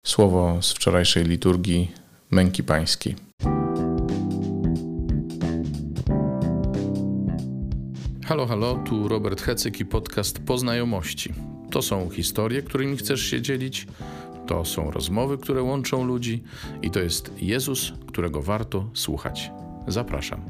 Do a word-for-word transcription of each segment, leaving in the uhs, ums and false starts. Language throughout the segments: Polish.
Słowo z wczorajszej liturgii Męki Pańskiej. Halo, halo, tu Robert Hecyk i podcast Po Znajomości. To są historie, którymi chcesz się dzielić, to są rozmowy, które łączą ludzi i to jest Jezus, którego warto słuchać. Zapraszam.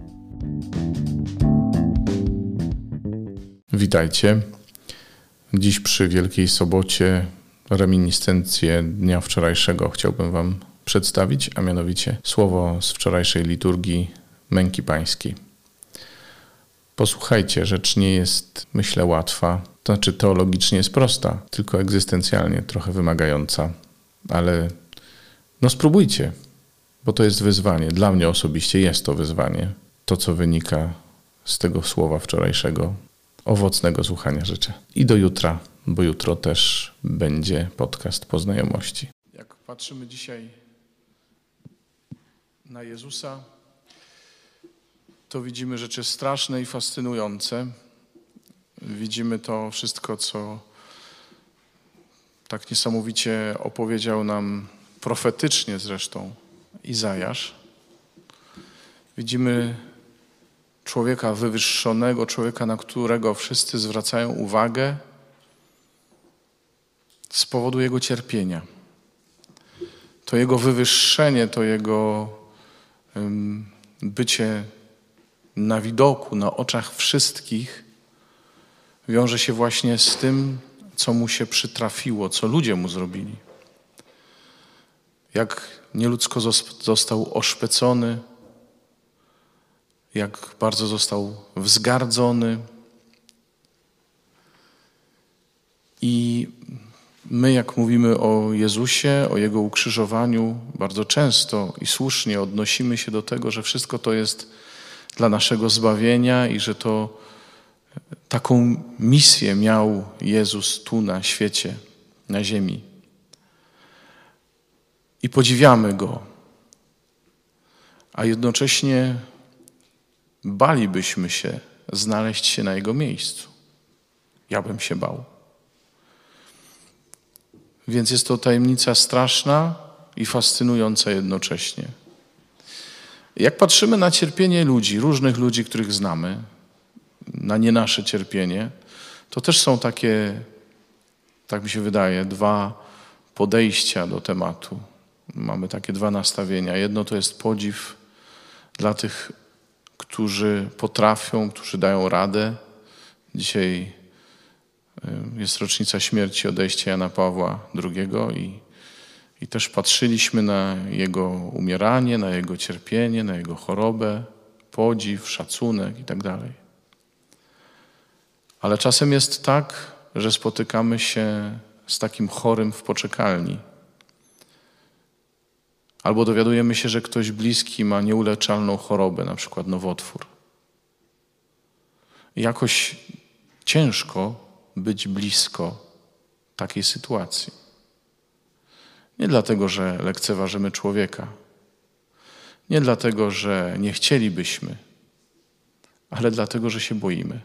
Witajcie. Dziś przy Wielkiej Sobocie reminiscencję dnia wczorajszego chciałbym Wam przedstawić, a mianowicie słowo z wczorajszej liturgii Męki Pańskiej. Posłuchajcie, rzecz nie jest, myślę, łatwa, to znaczy teologicznie jest prosta, tylko egzystencjalnie trochę wymagająca, ale no spróbujcie, bo to jest wyzwanie. Dla mnie osobiście jest to wyzwanie. To, co wynika z tego słowa wczorajszego, owocnego słuchania życzę. I do jutra, bo jutro też będzie podcast Po Znajomości. Jak patrzymy dzisiaj na Jezusa, to widzimy rzeczy straszne i fascynujące. Widzimy to wszystko, co tak niesamowicie opowiedział nam profetycznie zresztą Izajasz. Widzimy człowieka wywyższonego, człowieka, na którego wszyscy zwracają uwagę z powodu jego cierpienia. To jego wywyższenie, to jego um, bycie na widoku, na oczach wszystkich wiąże się właśnie z tym, co mu się przytrafiło, co ludzie mu zrobili. Jak nieludzko został oszpecony, jak bardzo został wzgardzony. I my, jak mówimy o Jezusie, o Jego ukrzyżowaniu, bardzo często i słusznie odnosimy się do tego, że wszystko to jest dla naszego zbawienia i że to taką misję miał Jezus tu na świecie, na ziemi. I podziwiamy Go, a jednocześnie balibyśmy się znaleźć się na Jego miejscu. Ja bym się bał. Więc jest to tajemnica straszna i fascynująca jednocześnie. Jak patrzymy na cierpienie ludzi, różnych ludzi, których znamy, na nie nasze cierpienie, to też są takie, tak mi się wydaje, dwa podejścia do tematu. Mamy takie dwa nastawienia. Jedno to jest podziw dla tych, którzy potrafią, którzy dają radę. Dzisiaj jest rocznica śmierci, odejścia Jana Pawła drugiego i, i też patrzyliśmy na jego umieranie, na jego cierpienie, na jego chorobę, podziw, szacunek i tak dalej. Ale czasem jest tak, że spotykamy się z takim chorym w poczekalni. Albo dowiadujemy się, że ktoś bliski ma nieuleczalną chorobę, na przykład nowotwór. I jakoś ciężko być blisko takiej sytuacji. Nie dlatego, że lekceważymy człowieka. Nie dlatego, że nie chcielibyśmy, ale dlatego, że się boimy.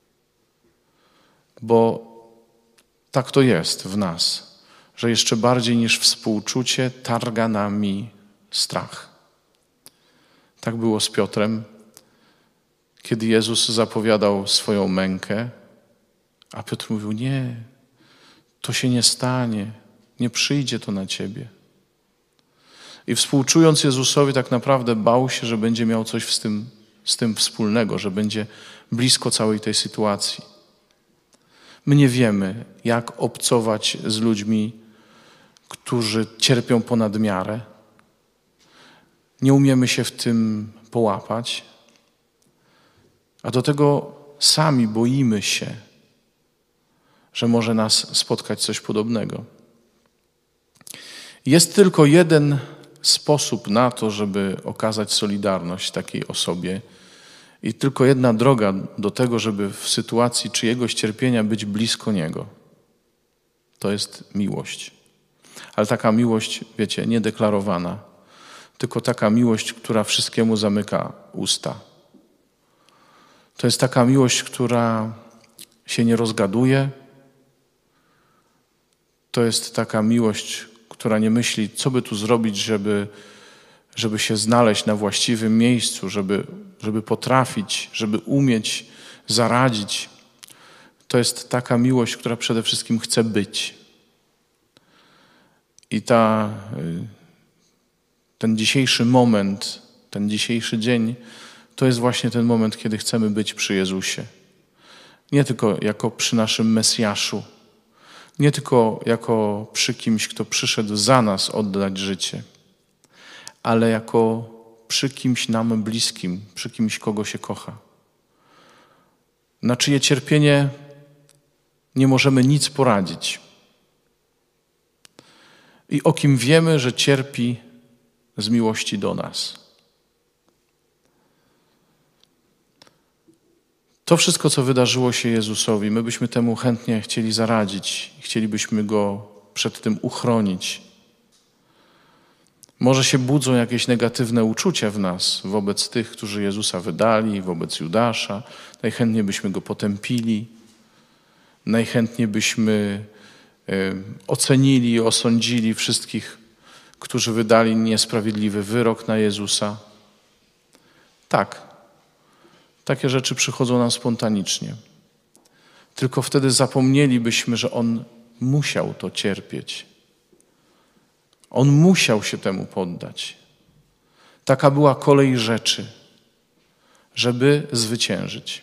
Bo tak to jest w nas, że jeszcze bardziej niż współczucie targa nami strach. Tak było z Piotrem, kiedy Jezus zapowiadał swoją mękę, a Piotr mówił, nie, to się nie stanie, nie przyjdzie to na ciebie. I współczując Jezusowi tak naprawdę bał się, że będzie miał coś z tym, z tym wspólnego, że będzie blisko całej tej sytuacji. My nie wiemy, jak obcować z ludźmi, którzy cierpią ponad miarę. Nie umiemy się w tym połapać, a do tego sami boimy się, że może nas spotkać coś podobnego. Jest tylko jeden sposób na to, żeby okazać solidarność takiej osobie i tylko jedna droga do tego, żeby w sytuacji czyjegoś cierpienia być blisko Niego. To jest miłość. Ale taka miłość, wiecie, niedeklarowana, tylko taka miłość, która wszystkiemu zamyka usta. To jest taka miłość, która się nie rozgaduje. To jest taka miłość, która nie myśli, co by tu zrobić, żeby, żeby się znaleźć na właściwym miejscu, żeby, żeby potrafić, żeby umieć zaradzić. To jest taka miłość, która przede wszystkim chce być. I ta, ten dzisiejszy moment, ten dzisiejszy dzień, to jest właśnie ten moment, kiedy chcemy być przy Jezusie. Nie tylko jako przy naszym Mesjaszu, nie tylko jako przy kimś, kto przyszedł za nas oddać życie, ale jako przy kimś nam bliskim, przy kimś, kogo się kocha. Na czyje cierpienie nie możemy nic poradzić. I o kim wiemy, że cierpi z miłości do nas. To wszystko, co wydarzyło się Jezusowi, my byśmy temu chętnie chcieli zaradzić. Chcielibyśmy Go przed tym uchronić. Może się budzą jakieś negatywne uczucia w nas wobec tych, którzy Jezusa wydali, wobec Judasza. Najchętniej byśmy Go potępili. Najchętniej byśmy ocenili i osądzili wszystkich, którzy wydali niesprawiedliwy wyrok na Jezusa. Tak, takie rzeczy przychodzą nam spontanicznie. Tylko wtedy zapomnielibyśmy, że On musiał to cierpieć. On musiał się temu poddać. Taka była kolej rzeczy, żeby zwyciężyć.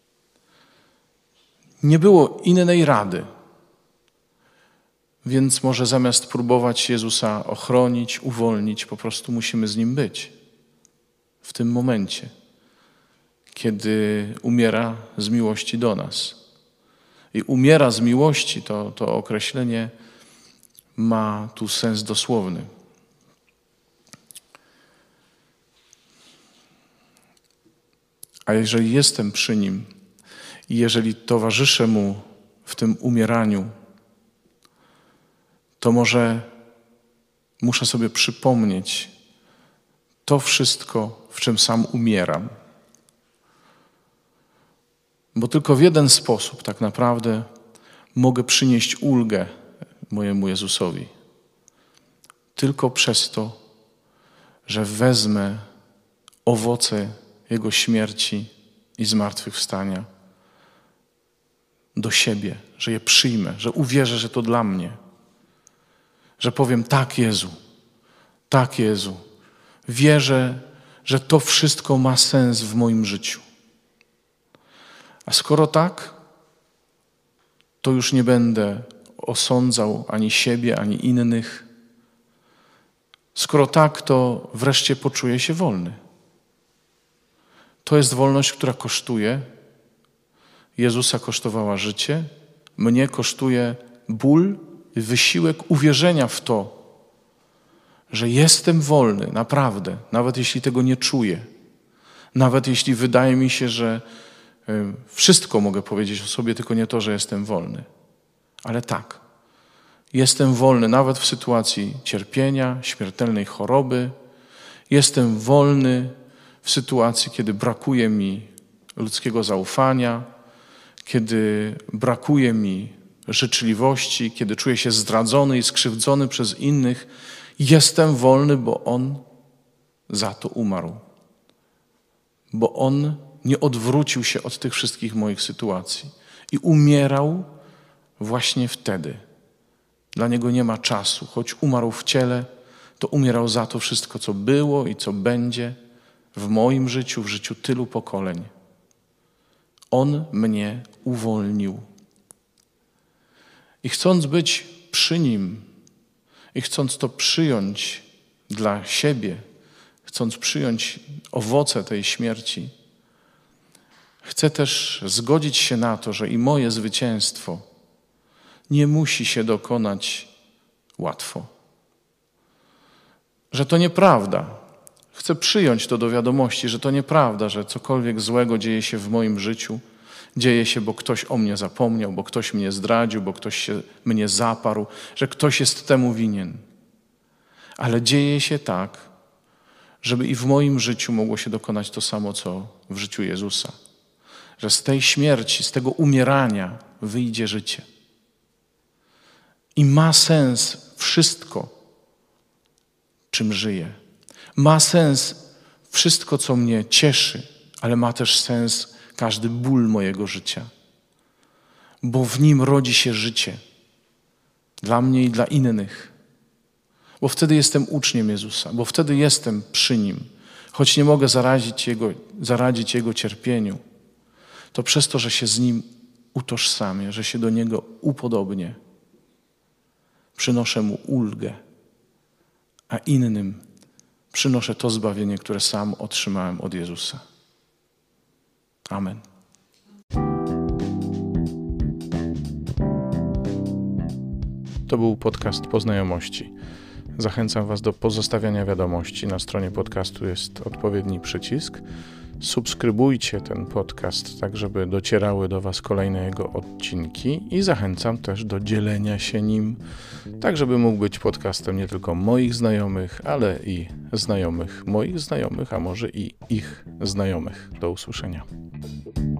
Nie było innej rady. Więc może zamiast próbować Jezusa ochronić, uwolnić, po prostu musimy z Nim być. W tym momencie, kiedy umiera z miłości do nas. I umiera z miłości, to, to określenie ma tu sens dosłowny. A jeżeli jestem przy Nim i jeżeli towarzyszę Mu w tym umieraniu, to może muszę sobie przypomnieć to wszystko, w czym sam umieram. Bo tylko w jeden sposób tak naprawdę mogę przynieść ulgę mojemu Jezusowi. Tylko przez to, że wezmę owoce Jego śmierci i zmartwychwstania do siebie, że je przyjmę, że uwierzę, że to dla mnie. Że powiem, tak Jezu, tak Jezu, wierzę, że to wszystko ma sens w moim życiu. A skoro tak, to już nie będę osądzał ani siebie, ani innych. Skoro tak, to wreszcie poczuję się wolny. To jest wolność, która kosztuje. Jezusa kosztowała życie, mnie kosztuje ból, wysiłek uwierzenia w to, że jestem wolny, naprawdę, nawet jeśli tego nie czuję. Nawet jeśli wydaje mi się, że wszystko mogę powiedzieć o sobie, tylko nie to, że jestem wolny. Ale tak, jestem wolny nawet w sytuacji cierpienia, śmiertelnej choroby. Jestem wolny w sytuacji, kiedy brakuje mi ludzkiego zaufania, kiedy brakuje mi życzliwości, kiedy czuję się zdradzony i skrzywdzony przez innych. Jestem wolny, bo On za to umarł. Bo On nie odwrócił się od tych wszystkich moich sytuacji i umierał właśnie wtedy. Dla Niego nie ma czasu. Choć umarł w ciele, to umierał za to wszystko, co było i co będzie w moim życiu, w życiu tylu pokoleń. On mnie uwolnił. I chcąc być przy Nim i chcąc to przyjąć dla siebie, chcąc przyjąć owoce tej śmierci, chcę też zgodzić się na to, że i moje zwycięstwo nie musi się dokonać łatwo. Że to nieprawda. Chcę przyjąć to do wiadomości, że to nieprawda, że cokolwiek złego dzieje się w moim życiu, dzieje się, bo ktoś o mnie zapomniał, bo ktoś mnie zdradził, bo ktoś się mnie zaparł, że ktoś jest temu winien. Ale dzieje się tak, żeby i w moim życiu mogło się dokonać to samo, co w życiu Jezusa. Że z tej śmierci, z tego umierania wyjdzie życie. I ma sens wszystko, czym żyję. Ma sens wszystko, co mnie cieszy, ale ma też sens każdy ból mojego życia. Bo w nim rodzi się życie. Dla mnie i dla innych. Bo wtedy jestem uczniem Jezusa, bo wtedy jestem przy Nim. Choć nie mogę zarazić Jego, zaradzić Jego cierpieniu, to przez to, że się z Nim utożsamię, że się do Niego upodobnię, przynoszę Mu ulgę, a innym przynoszę to zbawienie, które sam otrzymałem od Jezusa. Amen. To był podcast Po Znajomości. Zachęcam Was do pozostawiania wiadomości. Na stronie podcastu jest odpowiedni przycisk. Subskrybujcie ten podcast, tak żeby docierały do Was kolejne jego odcinki i zachęcam też do dzielenia się nim, tak żeby mógł być podcastem nie tylko moich znajomych, ale i znajomych moich znajomych, a może i ich znajomych. Do usłyszenia.